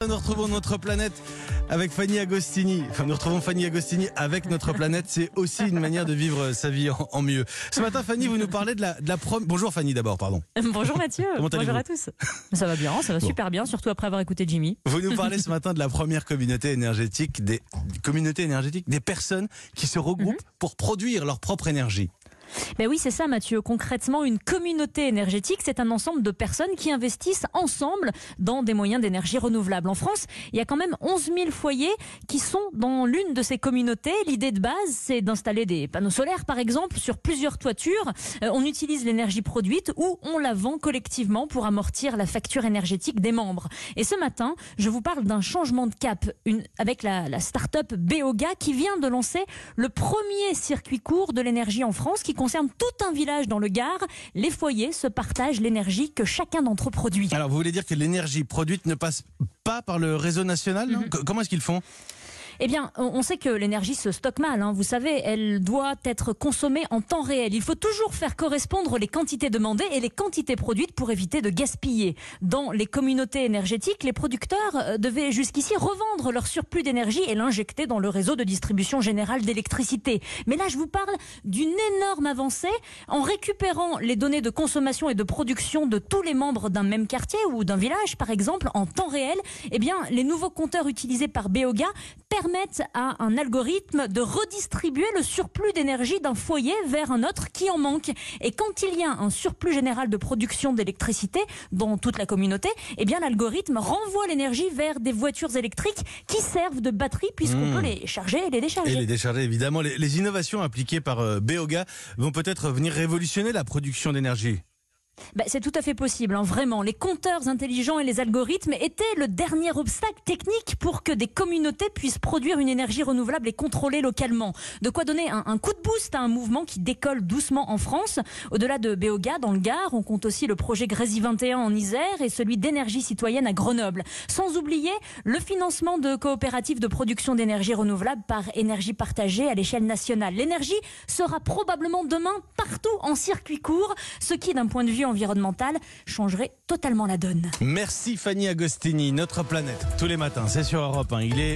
Nous retrouvons notre planète avec Fanny Agostini. Enfin, nous retrouvons Fanny Agostini avec notre planète. C'est aussi une manière de vivre sa vie en mieux. Ce matin, Fanny, vous nous parlez de la Bonjour Fanny d'abord, pardon. Bonjour Mathieu. Bonjour à tous. Ça va bien, ça va super bien, surtout après avoir écouté Jimmy. Vous nous parlez ce matin de la première communauté énergétique, des personnes qui se regroupent pour produire leur propre énergie. Ben oui, c'est ça Mathieu. Concrètement, une communauté énergétique, c'est un ensemble de personnes qui investissent ensemble dans des moyens d'énergie renouvelable. En France, il y a quand même 11 000 foyers qui sont dans l'une de ces communautés. L'idée de base, c'est d'installer des panneaux solaires, par exemple, sur plusieurs toitures. On utilise l'énergie produite ou on la vend collectivement pour amortir la facture énergétique des membres. Et ce matin, je vous parle d'un changement de cap avec la start-up Beoga qui vient de lancer le premier circuit court de l'énergie en France qui concerne tout un village dans le Gard. Les foyers se partagent l'énergie que chacun d'entre eux produit. Alors, vous voulez dire que l'énergie produite ne passe pas par le réseau national, non ? Comment est-ce qu'ils font ? Eh bien, on sait que l'énergie se stocke mal. Vous savez, elle doit être consommée en temps réel. Il faut toujours faire correspondre les quantités demandées et les quantités produites pour éviter de gaspiller. Dans les communautés énergétiques, les producteurs devaient jusqu'ici revendre leur surplus d'énergie et l'injecter dans le réseau de distribution générale d'électricité. Mais là, je vous parle d'une énorme avancée. En récupérant les données de consommation et de production de tous les membres d'un même quartier ou d'un village, par exemple, en temps réel, eh bien, les nouveaux compteurs utilisés par Beoga permettent à un algorithme de redistribuer le surplus d'énergie d'un foyer vers un autre qui en manque. Et quand il y a un surplus général de production d'électricité dans toute la communauté, eh bien l'algorithme renvoie l'énergie vers des voitures électriques qui servent de batterie puisqu'on peut les charger et les décharger. Et les décharger, évidemment. Les innovations appliquées par Beoga vont peut-être venir révolutionner la production d'énergie. C'est tout à fait possible, vraiment. Les compteurs intelligents et les algorithmes étaient le dernier obstacle technique pour que des communautés puissent produire une énergie renouvelable et contrôlée localement. De quoi donner un coup de boost à un mouvement qui décolle doucement en France. Au-delà de Beoga, dans le Gard, on compte aussi le projet Grésy 21 en Isère et celui d'énergie citoyenne à Grenoble. Sans oublier le financement de coopératives de production d'énergie renouvelable par énergie partagée à l'échelle nationale. L'énergie sera probablement demain partout en circuit court, ce qui, d'un point de vue environnemental, changerait totalement la donne. Merci Fanny Agostini, notre planète, tous les matins, c'est sur Europe 1. Il est